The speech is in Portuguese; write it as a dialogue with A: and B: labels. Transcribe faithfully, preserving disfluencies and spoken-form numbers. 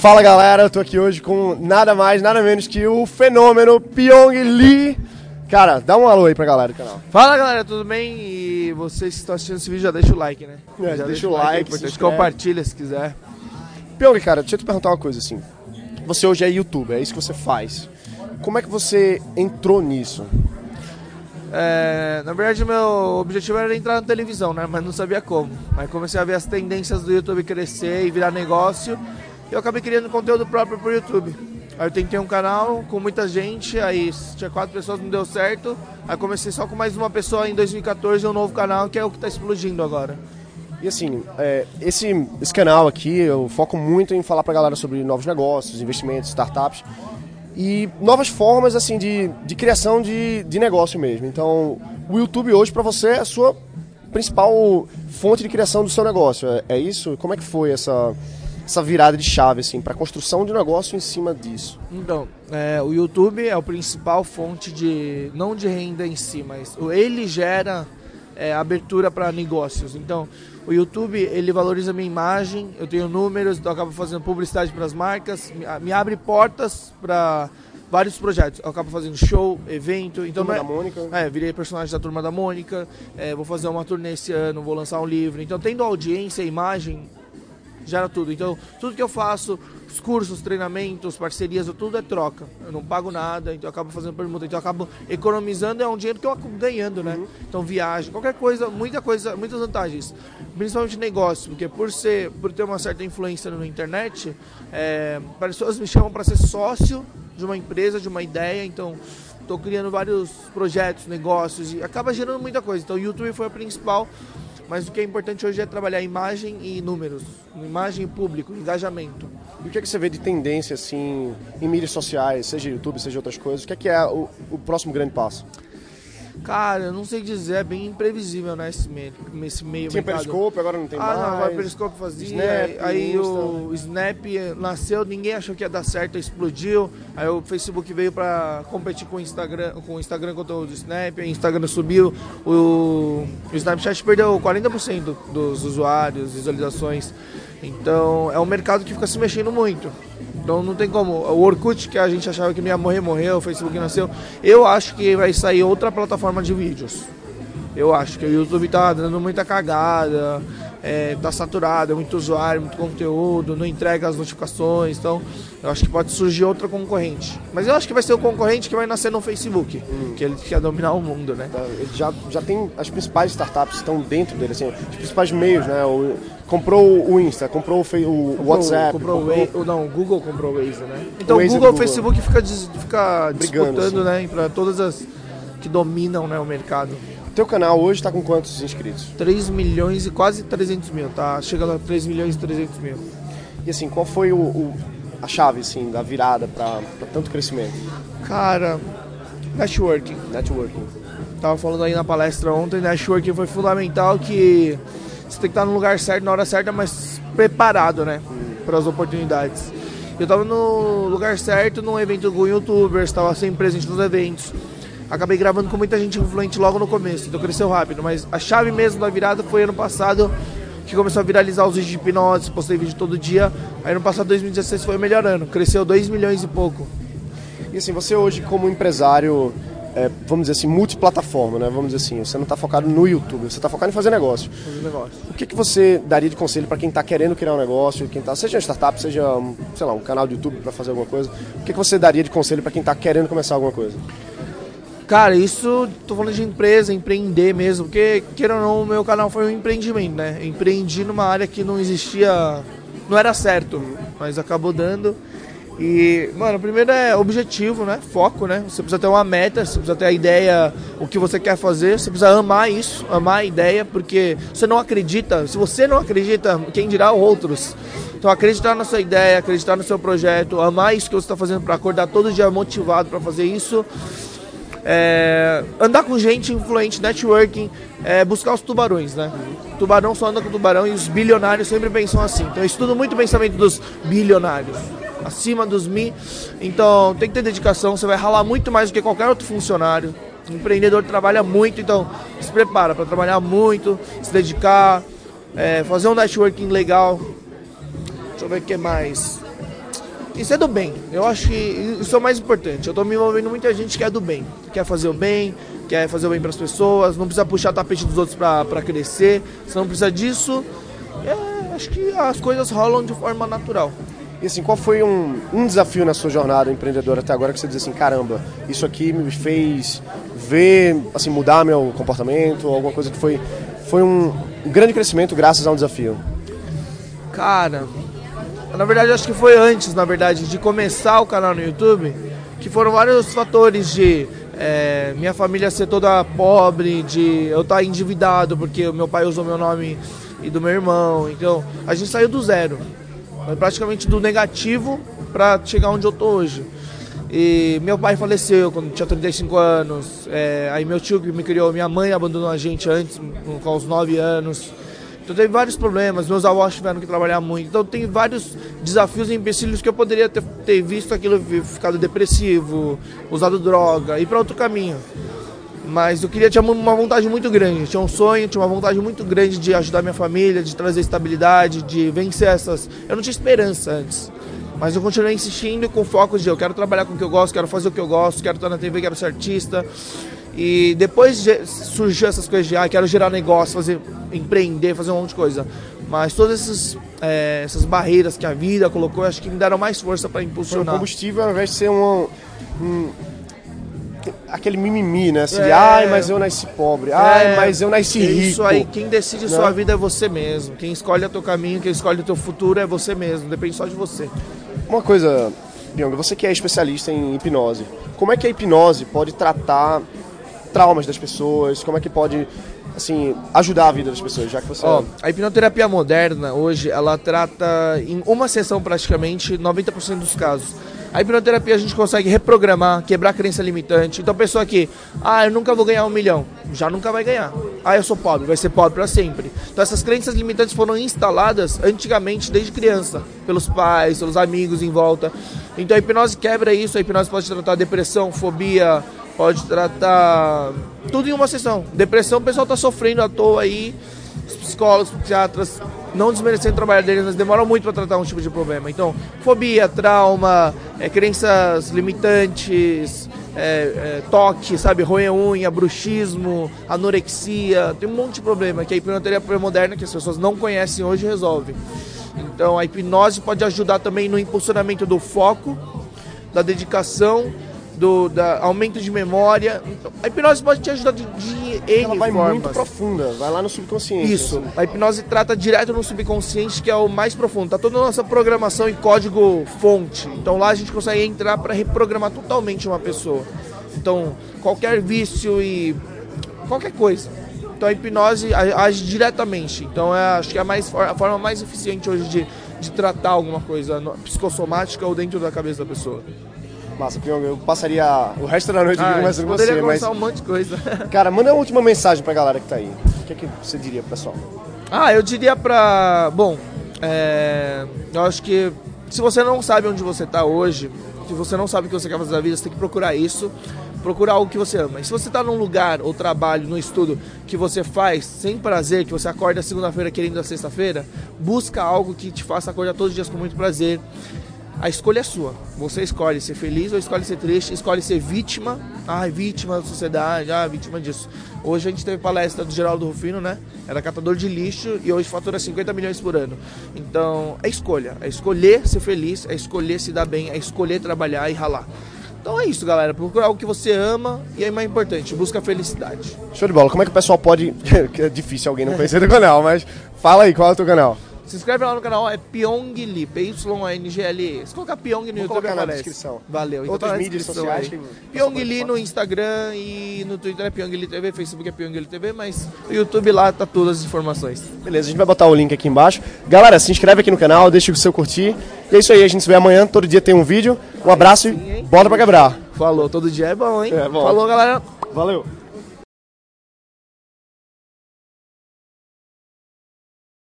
A: Fala galera, eu tô aqui hoje com nada mais, nada menos que o fenômeno Pyong Lee. Cara, dá um alô aí pra galera do canal.
B: Fala galera, tudo bem? E vocês que estão assistindo esse vídeo já deixa o like, né?
A: É,
B: já
A: deixa, deixa o like,
B: like
A: se
B: compartilha se quiser.
A: Pyong, cara, deixa eu te perguntar uma coisa assim. Você hoje é youtuber, é isso que você faz. Como é que você entrou nisso?
B: É, na verdade, meu objetivo era entrar na televisão, né? Mas não sabia como. Aí comecei a ver as tendências do YouTube crescer e virar negócio. E eu acabei criando conteúdo próprio pro YouTube. Aí eu tentei um canal com muita gente, aí tinha quatro pessoas, não deu certo. Aí comecei só com mais uma pessoa em dois mil e quatorze, um novo canal, que é o que tá explodindo agora.
A: E assim, é, esse, esse canal aqui, eu foco muito em falar pra galera sobre novos negócios, investimentos, startups. E novas formas assim de, de criação de, de negócio mesmo. Então, o YouTube hoje para você é a sua principal fonte de criação do seu negócio. É, é isso? Como é que foi essa, essa virada de chave assim, para a construção de um negócio em cima disso?
B: Então, é, o YouTube é a principal fonte de, não de renda em si, mas ele gera é, abertura para negócios. Então, o YouTube, ele valoriza a minha imagem, eu tenho números, então eu acabo fazendo publicidade para as marcas, me, me abre portas para vários projetos. Eu acabo fazendo show, evento. Então,
A: Turma
B: não é,
A: da Mônica.
B: É, virei personagem da Turma da Mônica, é, vou fazer uma turnê esse ano, vou lançar um livro. Então, tendo audiência e imagem, gera tudo. Então, tudo que eu faço, os cursos, treinamentos, parcerias, tudo é troca. Eu não pago nada, então eu acabo fazendo permuta. Então eu acabo economizando, é um dinheiro que eu acabo ganhando, né? Uhum. Então viagem, qualquer coisa, muita coisa, muitas vantagens. Principalmente negócio, porque por ser, por ter uma certa influência na internet, é, pessoas me chamam para ser sócio de uma empresa, de uma ideia, então estou criando vários projetos, negócios, e acaba gerando muita coisa. Então o YouTube foi a principal. Mas o que é importante hoje é trabalhar imagem e números, imagem e público, engajamento.
A: E o que é que você vê de tendência assim em mídias sociais, seja YouTube, seja outras coisas? O que é que é o, o próximo grande passo?
B: Cara, eu não sei dizer, é bem imprevisível, né, esse meio, esse meio
A: Tinha
B: mercado.
A: Periscope, agora não tem
B: ah,
A: mais.
B: Ah, não, agora o Periscope fazia,
A: Snap,
B: aí
A: Insta.
B: O Snap nasceu, ninguém achou que ia dar certo, explodiu. Aí o Facebook veio pra competir com o Instagram, com o Instagram contra o Snap, aí o Instagram subiu, o, o Snapchat perdeu quarenta por cento dos usuários, visualizações. Então é um mercado que fica se mexendo muito. Então não tem como. O Orkut, que a gente achava que não ia morrer, morreu. O Facebook nasceu. Eu acho que vai sair outra plataforma de vídeos. Eu acho que o YouTube tá dando muita cagada, é, tá saturado, é muito usuário, muito conteúdo, não entrega as notificações. Então eu acho que pode surgir outra concorrente. Mas eu acho que vai ser o concorrente que vai nascer no Facebook, hum. que ele quer dominar o mundo, né?
A: Ele já, já tem as principais startups que estão dentro dele, assim, os principais meios, né? O, comprou o Insta, comprou o, o comprou, WhatsApp.
B: Comprou,
A: comprou...
B: O, não, o Google comprou o Waze, né? Então o,
A: o
B: Google e o
A: Google.
B: Facebook fica, fica
A: Brigando,
B: disputando,
A: assim.
B: né? Para todas as que dominam, né, o mercado.
A: Teu canal hoje está com quantos inscritos?
B: três milhões e quase trezentos mil, tá? Chegando a três milhões e trezentos mil.
A: E assim, qual foi o, o, a chave, assim, da virada para tanto crescimento?
B: Cara, networking.
A: Networking.
B: Tava falando aí na palestra ontem, networking foi fundamental, que você tem que estar no lugar certo, na hora certa, mas preparado, né? Hum. Para as oportunidades. Eu tava no lugar certo, num evento com youtubers, tava sempre presente nos eventos. Acabei gravando com muita gente influente logo no começo, então cresceu rápido. Mas a chave mesmo da virada foi ano passado, que começou a viralizar os vídeos de hipnose, postei vídeo todo dia. Aí no passado, dois mil e dezesseis, foi melhorando, cresceu dois milhões e pouco.
A: E assim, você hoje como empresário, é, vamos dizer assim, multiplataforma, né? Vamos dizer assim, você não está focado no YouTube, você está focado em fazer negócio.
B: Fazer negócio.
A: O que, que você daria de conselho para quem está querendo criar um negócio, quem tá, seja uma startup, seja, sei lá, um canal de YouTube para fazer alguma coisa? O que, que você daria de conselho para quem está querendo começar alguma coisa?
B: Cara, isso, tô falando de empresa, empreender mesmo, porque, queira ou não, o meu canal foi um empreendimento, né? Eu empreendi numa área que não existia, não era certo, mas acabou dando. E, mano, primeiro é objetivo, né? Foco, né? Você precisa ter uma meta, você precisa ter a ideia, o que você quer fazer, você precisa amar isso, amar a ideia, porque você não acredita, se você não acredita, quem dirá outros? Então acreditar na sua ideia, acreditar no seu projeto, amar isso que você está fazendo para acordar todo dia motivado para fazer isso. É, andar com gente influente, networking, é, buscar os tubarões, né? O tubarão só anda com tubarão e os bilionários sempre pensam assim. Então eu estudo muito o pensamento dos bilionários, acima dos mi. Então tem que ter dedicação, você vai ralar muito mais do que qualquer outro funcionário. O empreendedor trabalha muito, então se prepara para trabalhar muito, se dedicar, é, fazer um networking legal. Deixa eu ver o que mais. isso é do bem. Eu acho que isso é o mais importante. Eu tô me envolvendo muita gente que é do bem, quer fazer o bem, quer fazer o bem pras pessoas, não precisa puxar o tapete dos outros pra, pra crescer, você não precisa disso. É, acho que as coisas rolam de forma natural.
A: E assim, qual foi um, um desafio na sua jornada empreendedora até agora que você diz assim, caramba, isso aqui me fez ver, assim, mudar meu comportamento, alguma coisa que foi, foi um, um grande crescimento graças a um desafio?
B: Cara, na verdade acho que foi antes, na verdade, de começar o canal no YouTube, que foram vários fatores de é, minha família ser toda pobre, de eu estar endividado porque o meu pai usou meu nome e do meu irmão, então a gente saiu do zero. Praticamente do negativo para chegar onde eu tô hoje. E meu pai faleceu quando tinha trinta e cinco anos, é, aí meu tio que me criou, minha mãe abandonou a gente antes, com os nove anos. Então teve vários problemas, meus avós tiveram que trabalhar muito. Então tem vários desafios e empecilhos que eu poderia ter, ter visto aquilo, ficado depressivo, usado droga, ir para outro caminho. Mas eu queria, tinha uma vontade muito grande, tinha um sonho, tinha uma vontade muito grande de ajudar minha família, de trazer estabilidade, de vencer essas... Eu não tinha esperança antes, mas eu continuei insistindo com foco de eu quero trabalhar com o que eu gosto, quero fazer o que eu gosto, quero estar na T V, quero ser artista. E depois surgiu essas coisas de, ah, quero gerar negócio, fazer, empreender, fazer um monte de coisa. Mas todas essas, é, essas barreiras que a vida colocou, eu acho que me deram mais força para impulsionar.
A: Foi um combustível ao invés de ser um... um... aquele mimimi, né? Assim,
B: é,
A: de, ai, mas eu nasci pobre. Ai, é, mas eu nasci rico.
B: Isso aí, quem decide a sua vida é você mesmo. Quem escolhe o teu caminho, quem escolhe o teu futuro é você mesmo. Depende só de você.
A: Uma coisa, Pyong, você que é especialista em hipnose, como é que a hipnose pode tratar traumas das pessoas? Como é que pode, assim, ajudar a vida das pessoas, já que você...
B: Ó, a hipnoterapia moderna, hoje, ela trata, em uma sessão praticamente, noventa por cento dos casos. A hipnoterapia a gente consegue reprogramar, quebrar a crença limitante. Então a pessoa que, ah, eu nunca vou ganhar um milhão, já nunca vai ganhar. Ah, eu sou pobre, vai ser pobre para sempre. Então essas crenças limitantes foram instaladas antigamente, desde criança, pelos pais, pelos amigos em volta. Então a hipnose quebra isso, a hipnose pode tratar depressão, fobia, pode tratar tudo em uma sessão. Depressão, o pessoal está sofrendo à toa aí, os psicólogos, psiquiatras, não desmerecendo o trabalho deles, mas demoram muito para tratar um tipo de problema. Então, fobia, trauma, é, crenças limitantes, é, é, toque, sabe, roer unha, bruxismo, anorexia, tem um monte de problema que a hipnoterapia moderna, que as pessoas não conhecem hoje, resolve. Então, a hipnose pode ajudar também no impulsionamento do foco, da dedicação, do da aumento de memória. Então, a hipnose pode te ajudar de, de N
A: Ela vai
B: formas.
A: muito profunda, vai lá no subconsciente.
B: Isso,
A: assim.
B: A hipnose trata direto no subconsciente, que é o mais profundo. Tá toda a nossa programação em código fonte. Então lá a gente consegue entrar para reprogramar totalmente uma pessoa. Então, qualquer vício e qualquer coisa. Então a hipnose age diretamente. Então é, acho que é a, mais, a forma mais eficiente hoje de, de tratar alguma coisa psicossomática ou dentro da cabeça da pessoa.
A: Massa, Pyong, eu passaria o resto da noite aqui
B: ah,
A: conversando com você.
B: Poderia
A: mas
B: conversar um monte de coisa.
A: Cara, manda uma última mensagem pra galera que tá aí. O que é que você diria pro pessoal?
B: Ah, eu diria pra... Bom, é, eu acho que se você não sabe onde você tá hoje, se você não sabe o que você quer fazer da vida, você tem que procurar isso, procurar algo que você ama. E se você tá num lugar, ou trabalho, no estudo, que você faz sem prazer, que você acorda segunda-feira querendo a sexta-feira, busca algo que te faça acordar todos os dias com muito prazer. A escolha é sua. Você escolhe ser feliz ou escolhe ser triste, escolhe ser vítima. Ai, vítima da sociedade, ah, vítima disso. Hoje a gente teve palestra do Geraldo Rufino, né? Era catador de lixo e hoje fatura cinquenta milhões por ano. Então, é escolha. É escolher ser feliz, é escolher se dar bem, é escolher trabalhar e ralar. Então é isso, galera. Procura algo que você ama e é mais importante, busca a felicidade.
A: Show de bola. Como é que o pessoal pode... que é difícil alguém não conhecer do canal, mas fala aí, qual é o teu canal?
B: Se inscreve lá no canal, é Pyong Lee, P Y O N G L E. Se colocar Pyong no
A: Vou
B: YouTube,
A: aparece. Na
B: aparece.
A: descrição.
B: Valeu. Então
A: outras
B: tá
A: mídias sociais. Que...
B: Pyong Lee no Instagram e no Twitter é Pyong Lee T V, Facebook é Pyong Lee T V, mas no YouTube lá tá todas as informações.
A: Beleza, a gente vai botar o link aqui embaixo. Galera, se inscreve aqui no canal, deixa o seu curtir. E é isso aí, a gente se vê amanhã, todo dia tem um vídeo. Um abraço sim, e bora pra quebrar.
B: Falou, todo dia é bom, hein?
A: É bom.
B: Falou, galera.
A: Valeu.